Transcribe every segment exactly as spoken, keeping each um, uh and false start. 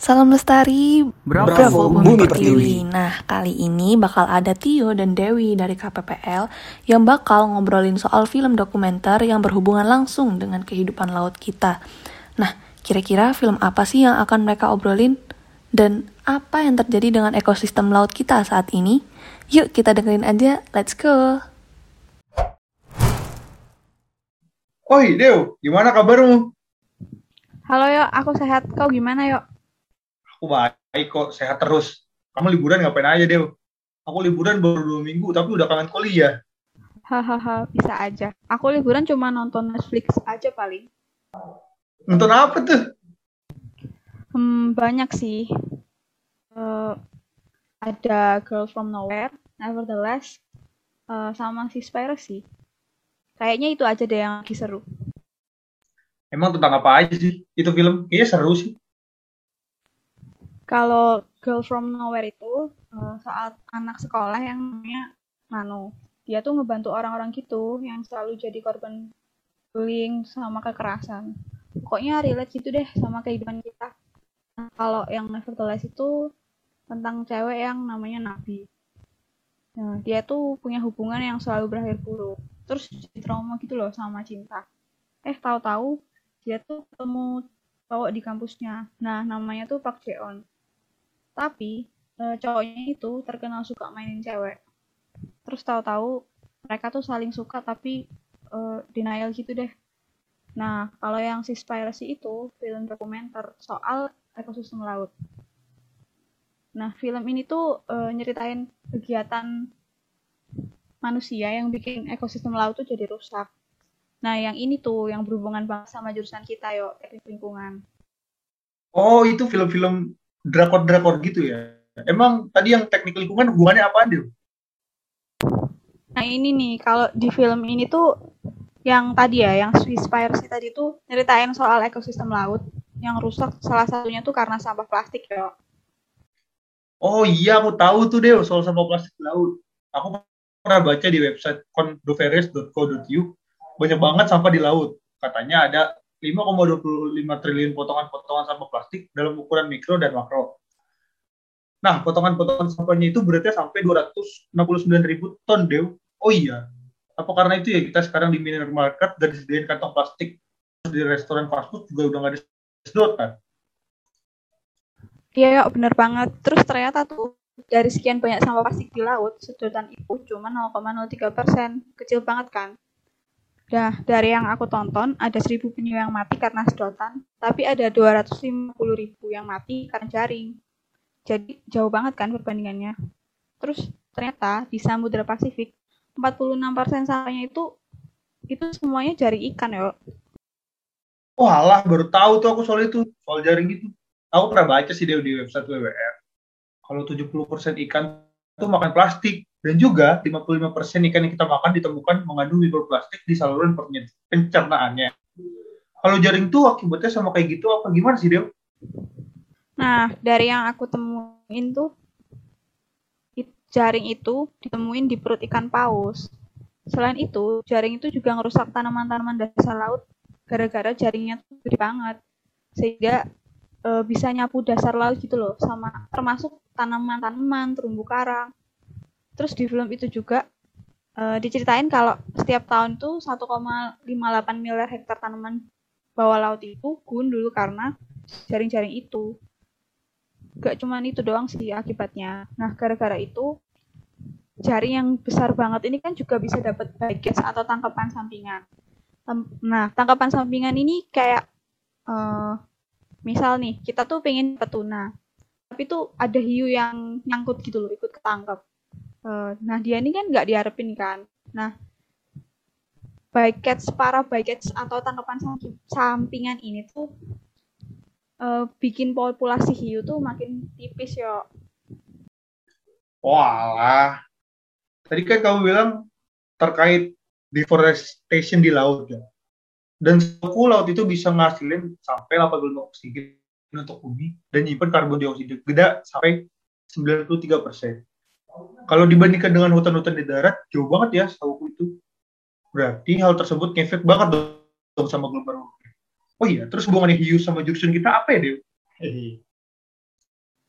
Salam Lestari, Bravo, Bravo Bumi Bumi Pertiwi. Pertiwi. Nah, kali ini bakal ada Tio dan Dewi dari K P P L yang bakal ngobrolin soal film dokumenter yang berhubungan langsung dengan kehidupan laut kita. Nah, kira-kira film apa sih yang akan mereka obrolin? Dan apa yang terjadi dengan ekosistem laut kita saat ini? Yuk kita dengerin aja, let's go! Oi, Dew, gimana kabarmu? Halo Yok, aku sehat. Kau gimana Yok? Aku baik kok, sehat terus. Kamu liburan ngapain aja, Dew? Aku liburan baru dua minggu, tapi udah kangen kuliah. Hahaha, bisa aja. Aku liburan cuma nonton Netflix aja paling. Nonton apa tuh? Hmm, banyak sih. Eh, ada Girl from Nowhere, Nevertheless, eh, sama Seaspiracy. Kayaknya itu aja deh yang lagi seru. Emang tentang apa aja sih? Itu film kayaknya seru sih. Kalau Girl from Nowhere itu eh, saat anak sekolah yang namanya Nano. Dia tuh ngebantu orang-orang gitu yang selalu jadi korban bullying sama kekerasan. Pokoknya relate gitu deh sama kehidupan kita. Nah, kalau yang Nevertheless itu tentang cewek yang namanya Nabi. Nah, dia tuh punya hubungan yang selalu berakhir buruk. Terus jadi trauma gitu loh sama cinta. Eh, tahu-tahu dia tuh ketemu cowok di kampusnya. Nah, namanya tuh Park Jeon. Tapi eh, cowoknya itu terkenal suka mainin cewek. Terus tahu-tahu mereka tuh saling suka tapi eh, denial gitu deh. Nah, kalau yang Seaspiracy itu film dokumenter soal ekosistem laut. Nah, film ini tuh eh, nyeritain kegiatan manusia yang bikin ekosistem laut tuh jadi rusak. Nah, yang ini tuh yang berhubungan banget sama jurusan kita yo, teknik lingkungan. Oh, itu film-film drakor-drakor gitu ya? Emang tadi yang teknik lingkungan hubungannya apa, Dew? Nah, ini nih, kalau di film ini tuh yang tadi ya, yang Seaspiracy tadi tuh nyeritain soal ekosistem laut yang rusak salah satunya tuh karena sampah plastik yo. Oh iya, aku tahu tuh, Dew, soal sampah plastik di laut. Aku pernah baca di website condoveres dot co dot u, banyak banget sampah di laut. Katanya ada lima koma dua lima triliun potongan-potongan sampah plastik dalam ukuran mikro dan makro. Nah, potongan-potongan sampahnya itu beratnya sampai dua ratus enam puluh sembilan ribu ton, Dew. Oh iya, apa karena itu ya kita sekarang di minimarket dan disediain kantong plastik, di restoran fast food juga udah nggak disedot kan? Iya, yo, bener banget. Terus ternyata tuh dari sekian banyak sampah plastik di laut, sedotan itu cuma nol koma nol tiga persen. Kecil banget kan? Dah, dari yang aku tonton, ada seribu penyu yang mati karena sedotan, tapi ada dua ratus lima puluh ribu yang mati karena jaring. Jadi jauh banget kan perbandingannya. Terus ternyata di Samudra Pasifik, empat puluh enam persen sampahnya itu itu semuanya jaring ikan ya. Oh alah, baru tahu tuh aku soal itu, soal jaring itu. Aku pernah baca sih, Dew, di website W W F. Kalau tujuh puluh persen ikan itu makan plastik. Dan juga lima puluh lima persen ikan yang kita makan ditemukan mengandung mikroplastik di saluran pencernaannya. Kalau jaring tuh akibatnya sama kayak gitu apa gimana sih, Dew? Nah, dari yang aku temuin tuh, jaring itu ditemuin di perut ikan paus. Selain itu, jaring itu juga ngerusak tanaman-tanaman dasar laut gara-gara jaringnya tuh gede banget. Sehingga e, bisa nyapu dasar laut gitu loh, sama termasuk tanaman-tanaman, terumbu karang. Terus di film itu juga e, diceritain kalau setiap tahun tuh satu koma lima delapan miliar hektar tanaman bawah laut itu gundul karena jaring-jaring itu. Gak cuma itu doang sih akibatnya. Nah, gara-gara itu jaring yang besar banget ini kan juga bisa dapat bycatch atau tangkapan sampingan. Nah, tangkapan sampingan ini kayak uh, misal nih, kita tuh pengen petuna, tapi tuh ada hiu yang nyangkut gitu loh, ikut ketangkep. Uh, nah, dia ini kan nggak diharapin kan. Nah, bycatch, para bycatch atau tangkapan sampingan ini tuh uh, bikin populasi hiu tuh makin tipis yo. Walah, tadi kan kamu bilang terkait deforestation di laut ya. Dan suku laut itu bisa ngasilin sampai delapan puluh lima oksigen untuk bumi dan nyimpen karbon dioksida gede sampai sembilan puluh tiga persen. Kalau dibandingkan dengan hutan-hutan di darat, jauh banget ya setahu itu. Berarti hal tersebut ngefek banget dong sama global warming. Oh iya, terus hubungannya hiu sama jurusan kita apa ya, Dew?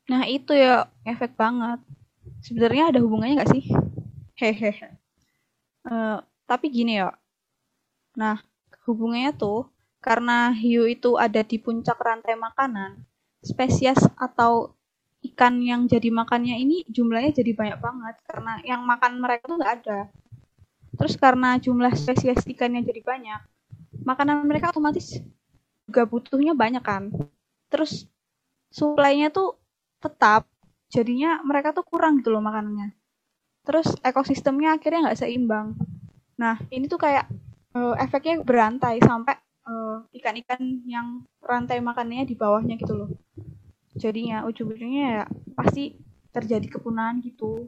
Nah itu ya efek banget. Sebenarnya ada hubungannya nggak sih? Hehehe. Eh, tapi gini ya. Nah hubungannya tuh karena hiu itu ada di puncak rantai makanan, spesies atau ikan yang jadi makannya ini jumlahnya jadi banyak banget karena yang makan mereka tuh nggak ada. Terus karena jumlah spesies ikannya jadi banyak, makanan mereka otomatis juga butuhnya banyak kan. Terus suplainya tuh tetap, jadinya mereka tuh kurang gitu loh makanannya. Terus ekosistemnya akhirnya nggak seimbang. Nah ini tuh kayak uh, efeknya berantai sampai uh, ikan-ikan yang rantai makanannya di bawahnya gitu loh. Jadinya ujung-ujungnya ya pasti terjadi kepunahan gitu.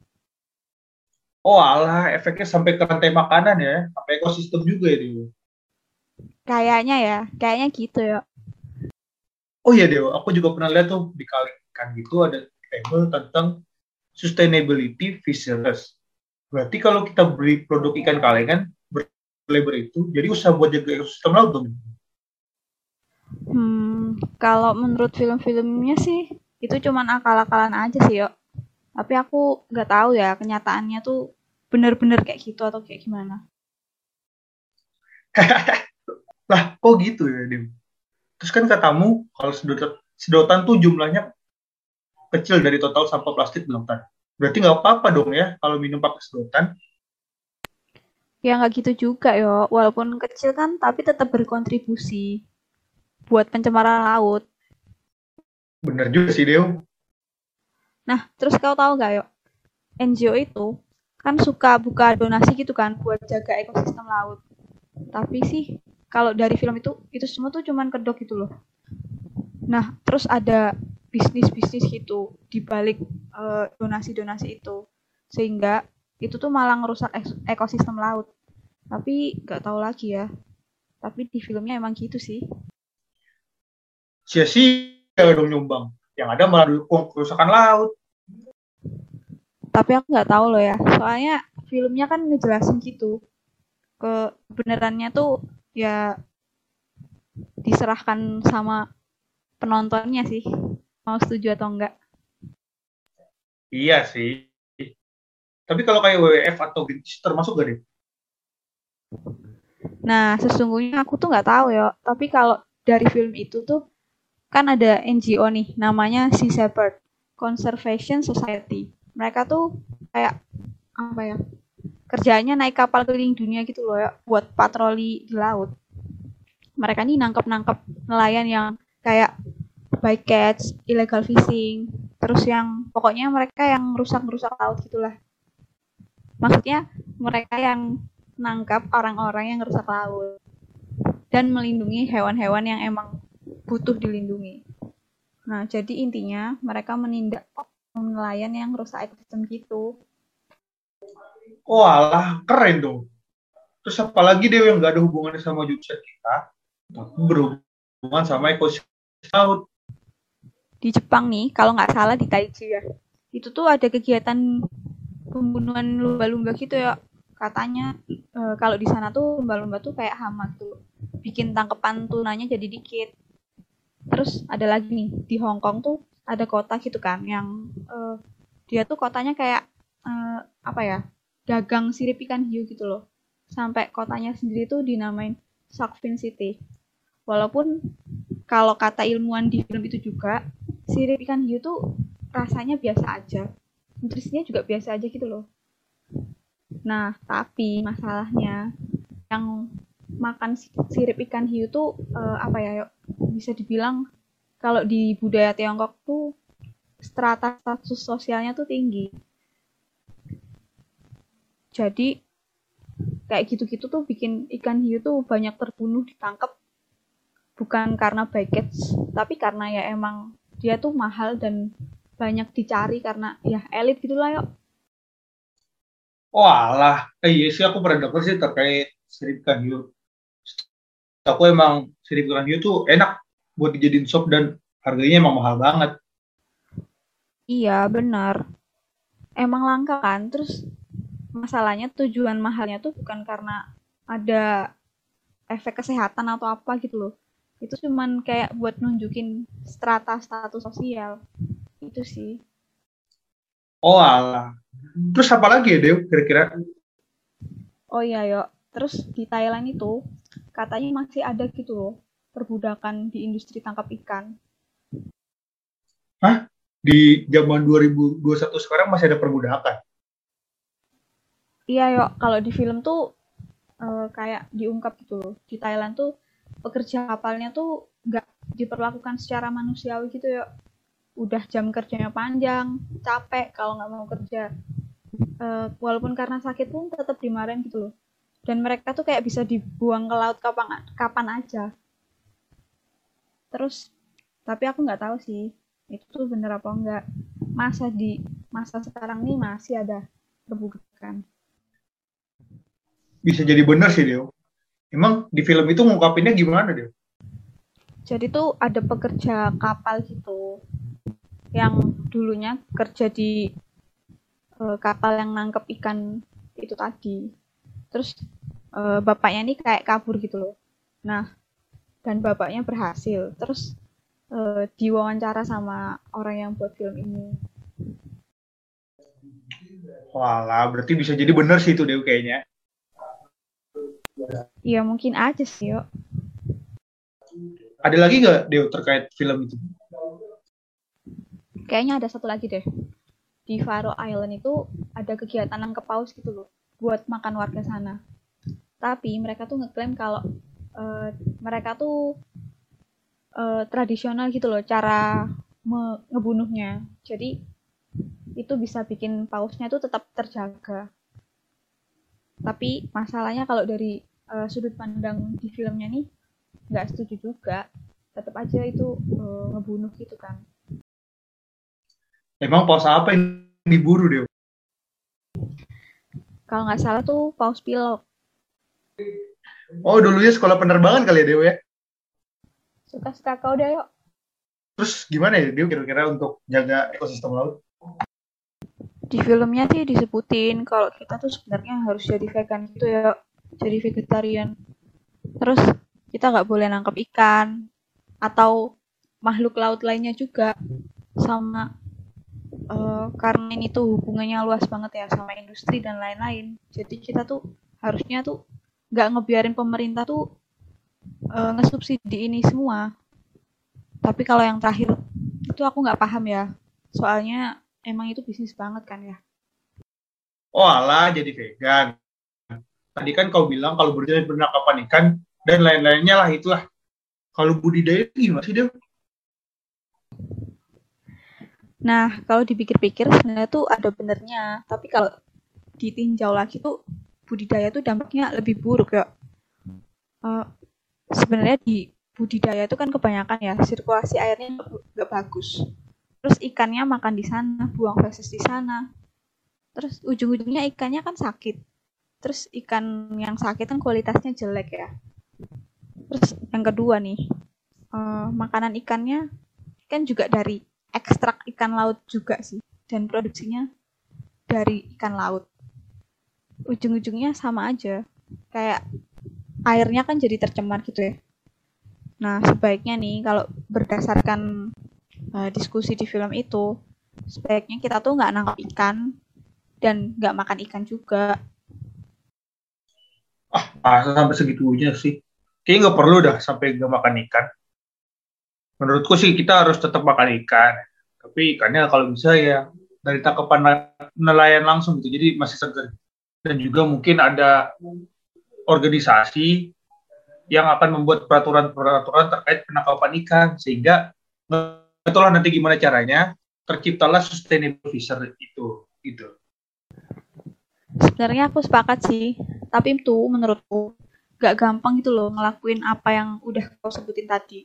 Oh alah, efeknya sampai ke rantai makanan ya, sampai ekosistem juga ya dia. Kayaknya ya, kayaknya gitu ya. Oh iya Dewa, aku juga pernah lihat tuh di Kali Ikan gitu ada table tentang sustainability fisheries. Berarti kalau kita beli produk ikan kalengan berlabel itu, jadi usaha buat jaga ekosistem laut dong. Hmm, kalau menurut film-filmnya sih itu cuman akal-akalan aja sih, yo. Tapi aku nggak tahu ya kenyataannya tuh bener-bener kayak gitu atau kayak gimana. Lah, kok gitu ya, Dew? Terus kan katamu kalau sedotan, sedotan tuh jumlahnya kecil dari total sampah plastik di lautan. Berarti nggak apa-apa dong ya kalau minum pakai sedotan. Ya nggak gitu juga yo, walaupun kecil kan tapi tetap berkontribusi buat pencemaran laut. Bener juga sih, Dew. Nah, terus kau tahu nggak yo, N G O itu kan suka buka donasi gitu kan buat jaga ekosistem laut. Tapi sih kalau dari film itu itu semua tuh cuman kedok gitu loh. Nah, terus ada bisnis-bisnis gitu di balik eh, donasi-donasi itu. Sehingga itu tuh malah ngerusak ekosistem laut. Tapi nggak tahu lagi ya. Tapi di filmnya emang gitu sih. Sia-sia dong nyumbang. Yang ada malah dukung kerusakan laut. Tapi aku nggak tahu loh ya. Soalnya filmnya kan ngejelasin gitu. Kebenarannya tuh ya diserahkan sama penontonnya sih. Mau setuju atau enggak. Iya sih. Tapi kalau kayak W W F atau Greenpeace termasuk gak deh? Nah, sesungguhnya aku tuh nggak tahu ya. Tapi kalau dari film itu tuh kan ada N G O nih, namanya Sea Shepherd Conservation Society. Mereka tuh kayak apa ya? Kerjanya naik kapal keliling dunia gitu loh ya, buat patroli di laut. Mereka nih nangkep-nangkep nelayan yang kayak bycatch, illegal fishing, terus yang pokoknya mereka yang rusak-rusak laut gitulah. Maksudnya mereka yang nangkap orang-orang yang rusak laut dan melindungi hewan-hewan yang emang butuh dilindungi. Nah, jadi intinya mereka menindak nelayan yang rusak ekosistem gitu. Oh alah, keren dong. Terus apalagi deh yang nggak ada hubungannya sama jurusan kita, tapi berhubungan sama ekosistem laut. Di Jepang nih, kalau nggak salah di Taiji ya, itu tuh ada kegiatan pembunuhan lumba-lumba gitu ya. Katanya e, kalau di sana tuh lumba-lumba tuh kayak hama tuh, bikin tangkepan tunanya jadi dikit. Terus ada lagi nih di Hong Kong tuh ada kota gitu kan yang uh, dia tuh kotanya kayak uh, apa ya, gagang sirip ikan hiu gitu loh. Sampai kotanya sendiri tuh dinamain Shark Fin City. Walaupun kalau kata ilmuwan di film itu juga sirip ikan hiu tuh rasanya biasa aja, nutrisinya juga biasa aja gitu loh. Nah tapi masalahnya yang makan sirip ikan hiu tuh uh, apa ya, bisa dibilang kalau di budaya Tiongkok tuh strata status sosialnya tuh tinggi. Jadi kayak gitu-gitu tuh bikin ikan hiu tuh banyak terbunuh, ditangkap bukan karena bycatch, tapi karena ya emang dia tuh mahal dan banyak dicari karena ya elit gitulah yuk. Oh alah, eh, iya sih aku pernah denger sih terkait sirip ikan hiu. Aku emang sirip ikan hiu tuh enak buat dijadiin sop dan harganya emang mahal banget. Iya benar, emang langka kan. Terus masalahnya tujuan mahalnya tuh bukan karena ada efek kesehatan atau apa gitu loh. Itu cuman kayak buat nunjukin strata status sosial. itu sih. Oh alah. Terus apa lagi ya Dew kira-kira? Oh iya yuk, terus di Thailand itu katanya masih ada gitu loh perbudakan di industri tangkap ikan. Hah? Di zaman dua ribu dua puluh satu sekarang masih ada perbudakan? Iya yuk, kalau di film tuh eh, kayak diungkap gitu loh. Di Thailand tuh pekerja kapalnya tuh nggak diperlakukan secara manusiawi gitu yuk. Udah jam kerjanya panjang, capek kalau nggak mau kerja. Eh, walaupun karena sakit pun tetap dimarahin gitu loh. Dan mereka tuh kayak bisa dibuang ke laut kapan, kapan aja. Terus, tapi aku nggak tahu sih itu tuh bener apa enggak. Masa di masa sekarang nih masih ada perbudakan. Bisa jadi benar sih Dew. Emang di film itu ngungkapinnya gimana Dew? Jadi tuh ada pekerja kapal gitu yang dulunya kerja di uh, kapal yang nangkep ikan itu tadi. Terus uh, bapaknya ini kayak kabur gitu loh. Nah, dan bapaknya berhasil. Terus uh, diwawancara sama orang yang buat film ini. Walah, berarti bisa jadi benar sih itu Dew kayaknya. Iya mungkin aja sih yuk. Ada lagi nggak Dew terkait film itu? Kayaknya ada satu lagi deh. Di Faroe Island itu ada kegiatan nangkep paus gitu loh, buat makan warga sana. Tapi mereka tuh ngeklaim kalau uh, mereka tuh uh, tradisional gitu loh cara me- ngebunuhnya. Jadi itu bisa bikin pausnya tuh tetap terjaga. Tapi masalahnya kalau dari uh, sudut pandang di filmnya nih nggak setuju juga. Tetap aja itu uh, ngebunuh gitu kan. Emang paus apa yang diburu Dew? Kalau nggak salah tuh paus pilok. Oh dulunya sekolah penerbangan kali ya Dew ya? Suka-suka kau deh yuk. Terus gimana ya Dew kira-kira untuk jaga ekosistem laut? Di filmnya sih disebutin kalau kita tuh sebenarnya harus jadi vegan gitu ya, jadi vegetarian. Terus kita nggak boleh nangkep ikan atau makhluk laut lainnya juga. Sama uh, karena ini tuh hubungannya luas banget ya sama industri dan lain-lain. Jadi kita tuh harusnya tuh nggak ngebiarin pemerintah tuh uh, ngesubsidi ini semua. Tapi kalau yang terakhir itu aku nggak paham ya, soalnya emang itu bisnis banget kan ya. Oh alah, jadi vegan. Tadi kan kau bilang kalau berjalan penangkapan ikan dan lain-lainnya lah itulah. Kalau budidaya itu gimana sih Dew? Nah, kalau dipikir-pikir sebenarnya tuh ada benernya. Tapi kalau ditinjau lagi tuh budidaya tuh dampaknya lebih buruk ya. Uh, sebenarnya di budidaya itu kan kebanyakan ya sirkulasi airnya nggak bagus. Terus ikannya makan di sana, buang feses di sana. Terus ujung-ujungnya ikannya kan sakit. Terus ikan yang sakit kan kualitasnya jelek ya. Terus yang kedua nih, uh, makanan ikannya kan juga dari ekstrak ikan laut juga sih. Dan produksinya dari ikan laut. Ujung-ujungnya sama aja. Kayak airnya kan jadi tercemar gitu ya. Nah, sebaiknya nih kalau berdasarkan uh, diskusi di film itu, sebaiknya kita tuh nggak nangkap ikan dan nggak makan ikan juga. Ah, masa sampai segitunya sih. Kayaknya nggak perlu dah sampai nggak makan ikan. Menurutku sih kita harus tetap makan ikan. Tapi ikannya kalau bisa ya dari tangkapan nelayan langsung gitu. Jadi masih segar. Dan juga mungkin ada organisasi yang akan membuat peraturan-peraturan terkait penangkapan ikan. Sehingga itulah nanti gimana caranya terciptalah sustainable fisher itu. Gitu. Sebenarnya aku sepakat sih. Tapi itu menurutku gak gampang gitu loh ngelakuin apa yang udah kau sebutin tadi.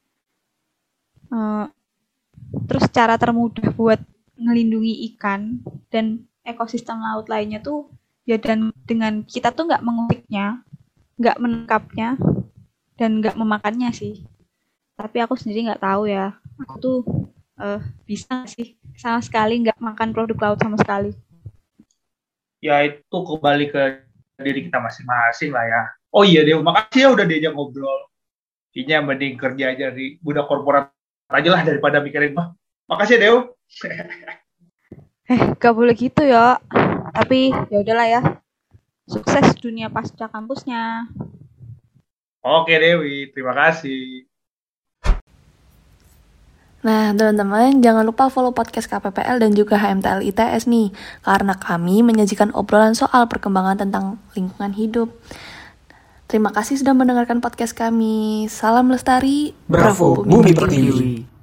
Uh, terus cara termudah buat ngelindungi ikan dan ekosistem laut lainnya tuh ya dan dengan kita tuh nggak menguliknya, nggak menangkapnya dan nggak memakannya sih. Tapi aku sendiri nggak tahu ya. Aku tuh uh, bisa sih sama sekali nggak makan produk laut sama sekali. Ya itu kembali ke diri kita masing-masing lah ya. Oh iya Dew, makasih ya udah diajak ngobrol. Kayaknya mending kerja aja di budak korporat aja lah daripada mikirin mah Makasih Dew. Eh, gak boleh gitu ya. Tapi ya udahlah ya. Sukses dunia pasca kampusnya. Oke Dewi, terima kasih. Nah, teman-teman, jangan lupa follow podcast K P P L dan juga H M T L I T S nih, karena kami menyajikan obrolan soal perkembangan tentang lingkungan hidup. Terima kasih sudah mendengarkan podcast kami. Salam lestari, Bravo, Bumi Pertiwi.